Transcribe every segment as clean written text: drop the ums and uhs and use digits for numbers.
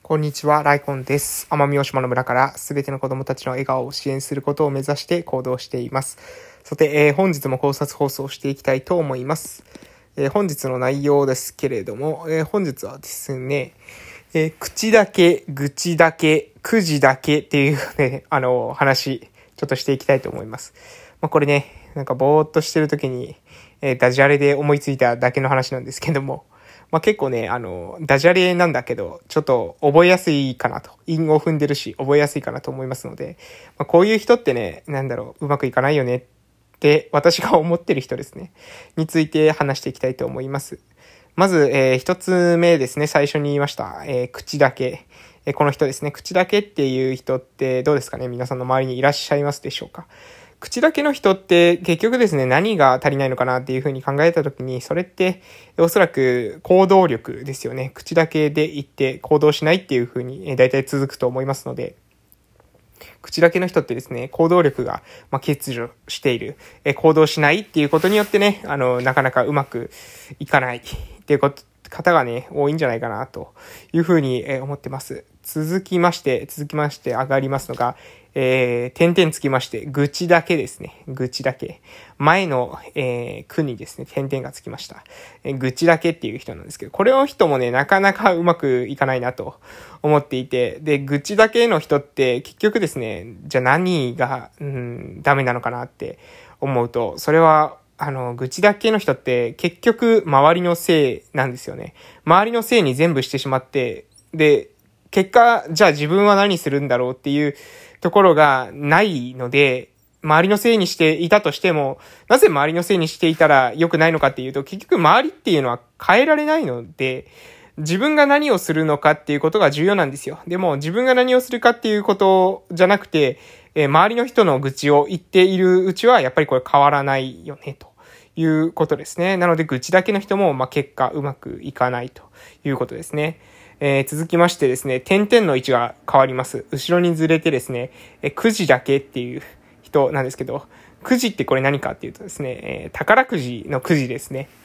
こんにちは、ライコンです。奄美大島の村からすべての子供たちの笑顔を支援することを目指して行動しています。さて、本日も考察放送をしていきたいと思います。本日の内容ですけれども、本日はですね、口だけ、愚痴だけ、くじだけっていうね、話、ちょっとしていきたいと思います。これね、なんかぼーっとしてる時に、ダジャレで思いついただけの話なんですけども、結構ね、ダジャレなんだけど、ちょっと覚えやすいかなと。韻を踏んでるし、覚えやすいかなと思いますので、こういう人ってね、うまくいかないよねって私が思ってる人ですね。について話していきたいと思います。まず、一つ目ですね、最初に言いました。口だけ。この人ですね、口だけっていう人ってどうですかね、皆さんの周りにいらっしゃいますでしょうか。口だけの人って結局ですね、何が足りないのかなっていうふうに考えたときに、それっておそらく行動力ですよね。口だけで言って行動しないっていうふうに大体続くと思いますので、口だけの人ってですね、行動力が欠如している、行動しないっていうことによってね、なかなかうまくいかないっていう方がね、多いんじゃないかなというふうに思ってます。続きまして上がりますのが、点々つきまして、愚痴だけですね。愚痴だけ。前の、句にですね、点々がつきました。愚痴だけっていう人なんですけど、これの人もね、なかなかうまくいかないなと思っていて、で、愚痴だけの人って結局ですね、じゃあ何が、ダメなのかなって思うと、それは、愚痴だけの人って結局周りのせいなんですよね。周りのせいに全部してしまって、で、結果、じゃあ自分は何するんだろうっていうところがないので、周りのせいにしていたとしても、なぜ周りのせいにしていたら良くないのかっていうと、結局周りっていうのは変えられないので、自分が何をするのかっていうことが重要なんですよ。でも自分が何をするかっていうことじゃなくて、周りの人の愚痴を言っているうちはやっぱりこれ変わらないよねということですね。なので愚痴だけの人も結果うまくいかないということですね。続きましてですね、点々の位置が変わります。後ろにずれてですね、くじだけっていう人なんですけど、くじってこれ何かっていうとですね、宝くじのくじですね。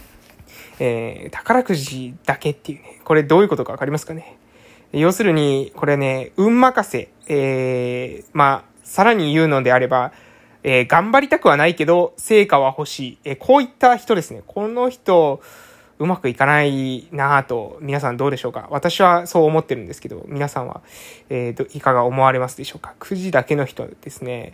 宝くじだけっていうね、これどういうことかわかりますかね。要するに、これね、運任せ。さらに言うのであれば、頑張りたくはないけど、成果は欲しい。こういった人ですね。この人、うまくいかないなぁと、皆さんどうでしょうか。私はそう思ってるんですけど、皆さんは、いかが思われますでしょうか。くじだけの人ですね。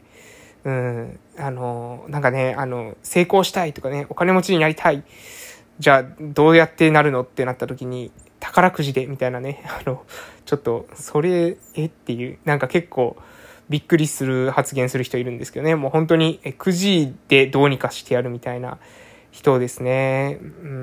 成功したいとかね、お金持ちになりたい。じゃあ、どうやってなるのってなった時に、宝くじで、みたいなね。ちょっと、それ、っていう、結構、びっくりする発言する人いるんですけどね。もう本当に、くじでどうにかしてやるみたいな人ですね。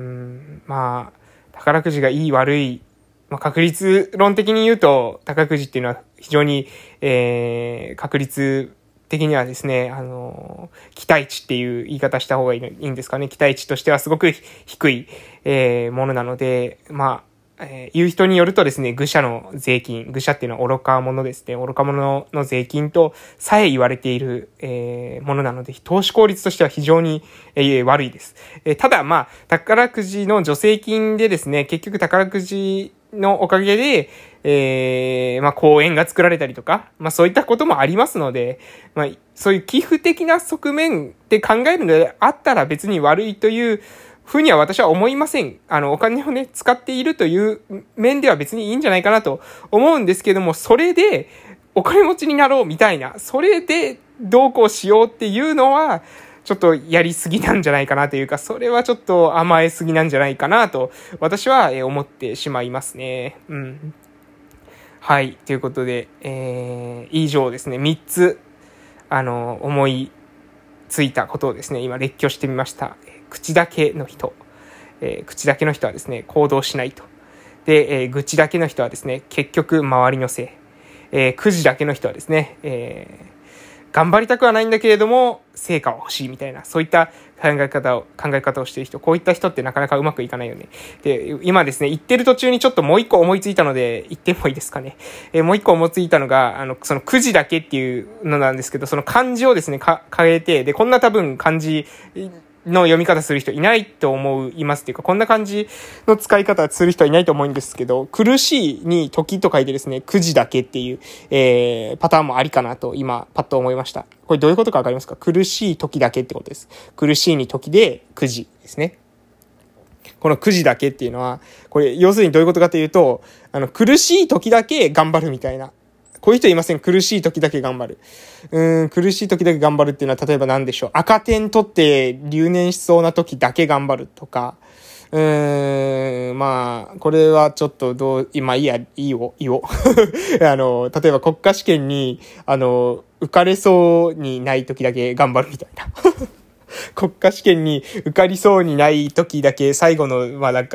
宝くじがいい悪い、確率論的に言うと、宝くじっていうのは非常に、確率的にはですね、期待値っていう言い方した方がいいんですかね。期待値としてはすごく低い、ものなので、言う人によるとですね、愚者の税金、愚者っていうのは愚か者ですね。愚か者の税金とさえ言われている、ものなので、投資効率としては非常に、悪いです。ただ、宝くじの助成金でですね、結局宝くじのおかげで、公園が作られたりとか、そういったこともありますので、そういう寄付的な側面で考えるのであったら別に悪いというふうには私は思いません。お金をね、使っているという面では別にいいんじゃないかなと思うんですけども、それでお金持ちになろうみたいな、それでどうこうしようっていうのは、ちょっとやりすぎなんじゃないかなというか、それはちょっと甘えすぎなんじゃないかなと、私は思ってしまいますね。はい。ということで、以上ですね、3つ、思いついたことをですね、今列挙してみました。口だけの人。口だけの人はですね、行動しないと。で、愚痴だけの人はですね、結局周りのせい。くじだけの人はですね、頑張りたくはないんだけれども、成果は欲しいみたいな、そういった考え方をしている人、こういった人ってなかなかうまくいかないよね。で、今ですね、言ってる途中にちょっともう一個思いついたので、言ってもいいですかね。もう一個思いついたのが、そのくじだけっていうのなんですけど、その漢字をですね、変えて、で、こんな多分漢字、 の読み方する人いないと思いますっていうか、こんな感じの使い方する人はいないと思うんですけど、苦しいに時と書いてですね、くじだけっていう、パターンもありかなと今パッと思いました。これどういうことかわかりますか？苦しい時だけってことです。苦しいに時でくじですね。このくじだけっていうのは、これ要するにどういうことかというと、苦しい時だけ頑張るみたいな。こういう人いません？苦しい時だけ頑張る。苦しい時だけ頑張るっていうのは、例えば何でしょう。赤点取って留年しそうな時だけ頑張るとか。まあ、これはちょっと今いいよ。例えば国家試験に、受かれそうにない時だけ頑張るみたいな。国家試験に受かりそうにない時だけ最後の、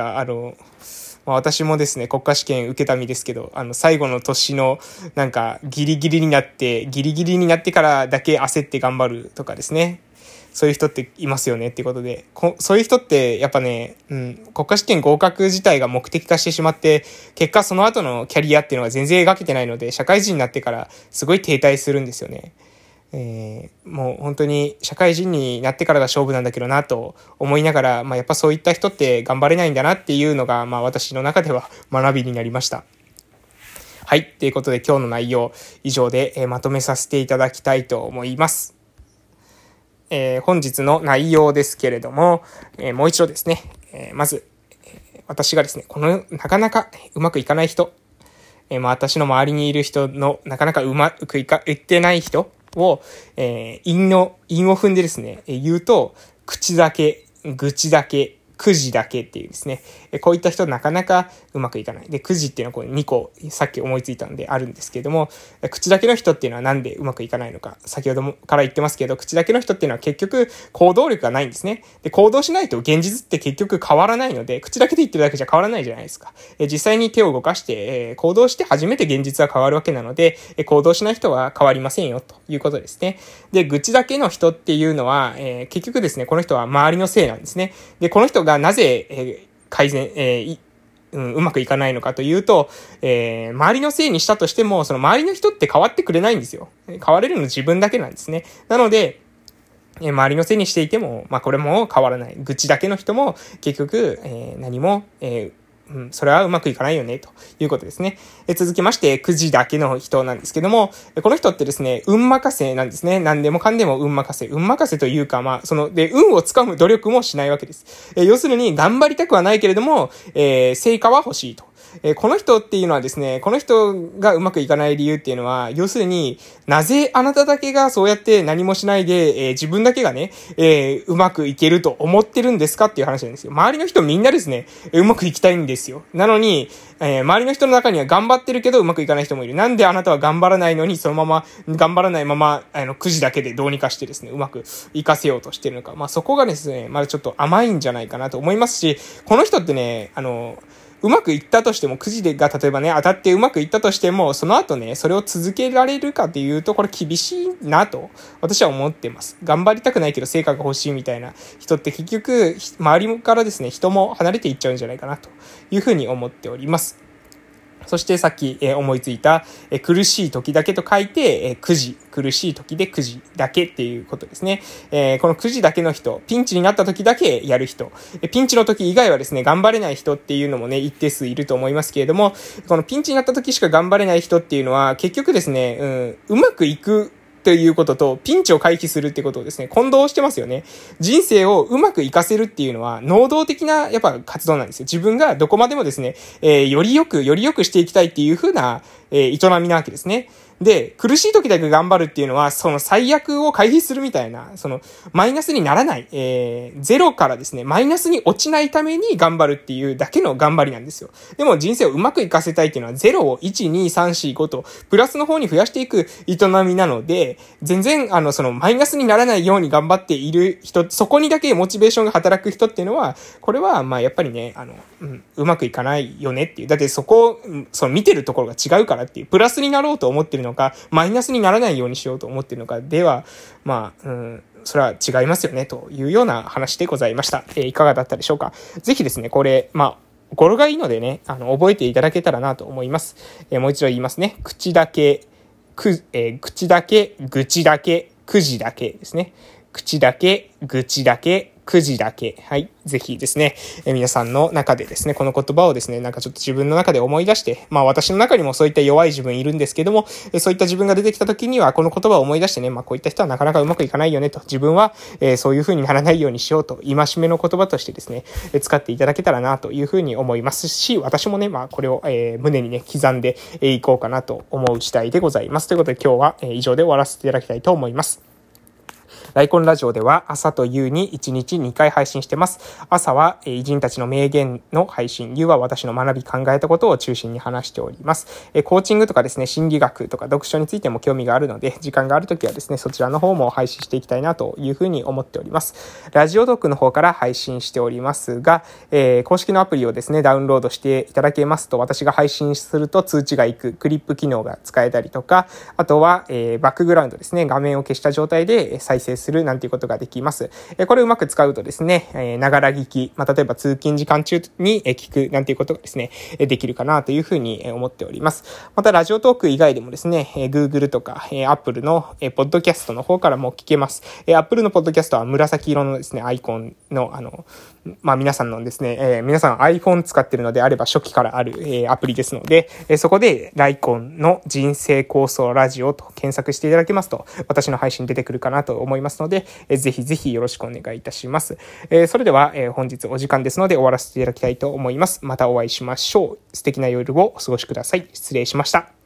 私もですね、国家試験受けた身ですけど、最後の年の、ギリギリになってからだけ焦って頑張るとかですね。そういう人っていますよねっていうことで、そういう人って、やっぱね、国家試験合格自体が目的化してしまって、結果その後のキャリアっていうのが全然描けてないので、社会人になってからすごい停滞するんですよね。もう本当に社会人になってからが勝負なんだけどなと思いながら、やっぱそういった人って頑張れないんだなっていうのが、私の中では学びになりました。はい。ということで今日の内容以上で、まとめさせていただきたいと思います。本日の内容ですけれども、もう一度ですね、まず、私がですね、なかなかうまくいかない人、私の周りにいる人のなかなかうまくいってない人を、韻を踏んでですね、言うと、口だけ、愚痴だけ、くじだけっていうですね、こういった人なかなかうまくいかない。で、くじっていうのはこう2個さっき思いついたんであるんですけれども、口だけの人っていうのはなんでうまくいかないのか、先ほどもから言ってますけど、口だけの人っていうのは結局行動力がないんですね。で、行動しないと現実って結局変わらないので、口だけで言ってるだけじゃ変わらないじゃないですか。実際に手を動かして、行動して初めて現実は変わるわけなので、行動しない人は変わりませんよということですね。で、愚痴だけの人っていうのは、結局ですね、この人は周りのせいなんですね。で、この人がなぜ、改善、うまくいかないのかというと、周りのせいにしたとしても、その周りの人って変わってくれないんですよ。変われるの自分だけなんですね。なので、周りのせいにしていても、これも変わらない。愚痴だけの人も結局、何も、それはうまくいかないよね、ということですね。続きまして、くじだけの人なんですけども、この人ってですね、運任せなんですね。何でもかんでも運任せ。運任せというか、運をつかむ努力もしないわけです。要するに、頑張りたくはないけれども、成果は欲しいと。この人っていうのはですね、この人がうまくいかない理由っていうのは、要するになぜあなただけがそうやって何もしないで、自分だけがね、うまくいけると思ってるんですかっていう話なんですよ。周りの人みんなですね、うまくいきたいんですよ。なのに、周りの人の中には頑張ってるけどうまくいかない人もいる。なんであなたは頑張らないのに、そのまま、頑張らないまま、くじだけでどうにかしてですね、うまくいかせようとしてるのか。そこがですね、まだちょっと甘いんじゃないかなと思いますし、この人ってね、うまくいったとしても、くじが例えばね、当たってうまくいったとしても、その後ね、それを続けられるかっていうと、これ厳しいなと、私は思ってます。頑張りたくないけど成果が欲しいみたいな人って結局、周りからですね、人も離れていっちゃうんじゃないかなというふうに思っております。そしてさっき思いついた苦しい時だけと書いてくじ、苦しい時でくじだけっていうことですね。このくじだけの人、ピンチになった時だけやる人、ピンチの時以外はですね、頑張れない人っていうのもね、一定数いると思いますけれども、このピンチになった時しか頑張れない人っていうのは結局ですね、うまくいくということと、ピンチを回避するってことをですね、混同してますよね。人生をうまく活かせるっていうのは、能動的な、やっぱ活動なんですよ。自分がどこまでもですね、よりよくしていきたいっていう風な、営みなわけですね。で、苦しい時だけ頑張るっていうのは、その最悪を回避するみたいな、その、マイナスにならない、ゼロからですね、マイナスに落ちないために頑張るっていうだけの頑張りなんですよ。でも人生をうまく活かせたいっていうのは、ゼロを1、2、3、4、5と、プラスの方に増やしていく営みなので、全然、その、マイナスにならないように頑張っている人、そこにだけモチベーションが働く人っていうのは、これは、やっぱりね、うまくいかないよねっていう。だってそこ、その見てるところが違うからっていう、プラスになろうと思ってるのか、マイナスにならないようにしようと思っているのかでは、それは違いますよね、というような話でございました。いかがだったでしょうか。ぜひですね、これ、語呂がいいのでね、覚えていただけたらなと思います。もう一度言いますね。口だけ、口だけ、愚痴だけ、くじだけですね。口だけ、愚痴だけ、 9時だけ。はい。ぜひですね、皆さんの中でですね、この言葉をですね、なんかちょっと自分の中で思い出して、私の中にもそういった弱い自分いるんですけども、そういった自分が出てきた時には、この言葉を思い出してね、こういった人はなかなかうまくいかないよねと、自分は、そういう風にならないようにしようと、戒めの言葉としてですね、使っていただけたらなという風に思いますし、私もね、これを、胸にね、刻んでいこうかなと思う次第でございます。ということで今日は以上で終わらせていただきたいと思います。ライコンラジオでは朝と夕に1日2回配信してます。朝は偉人たちの名言の配信、夕は私の学び考えたことを中心に話しております。コーチングとかですね、心理学とか読書についても興味があるので、時間があるときはですね、そちらの方も配信していきたいなというふうに思っております。ラジオトークの方から配信しておりますが、公式のアプリをですね、ダウンロードしていただけますと、私が配信すると通知がいくクリップ機能が使えたりとか、あとは、バックグラウンドですね、画面を消した状態で再生するなんていうことができます。これをうまく使うとですね、ながら聞き、例えば通勤時間中に聞くなんていうことがですね、できるかなというふうに思っております。またラジオトーク以外でもですね、Google とか Apple のポッドキャストの方からも聞けます。Apple のポッドキャストは紫色のですね、アイコンの皆さんのですね、皆さん iPhone 使っているのであれば初期からあるアプリですので、そこでライコンの人生構想ラジオと検索していただけますと、私の配信出てくるかなと思いますので、ぜひぜひよろしくお願いいたします。それでは、本日お時間ですので終わらせていただきたいと思います。またお会いしましょう。素敵な夜をお過ごしください。失礼しました。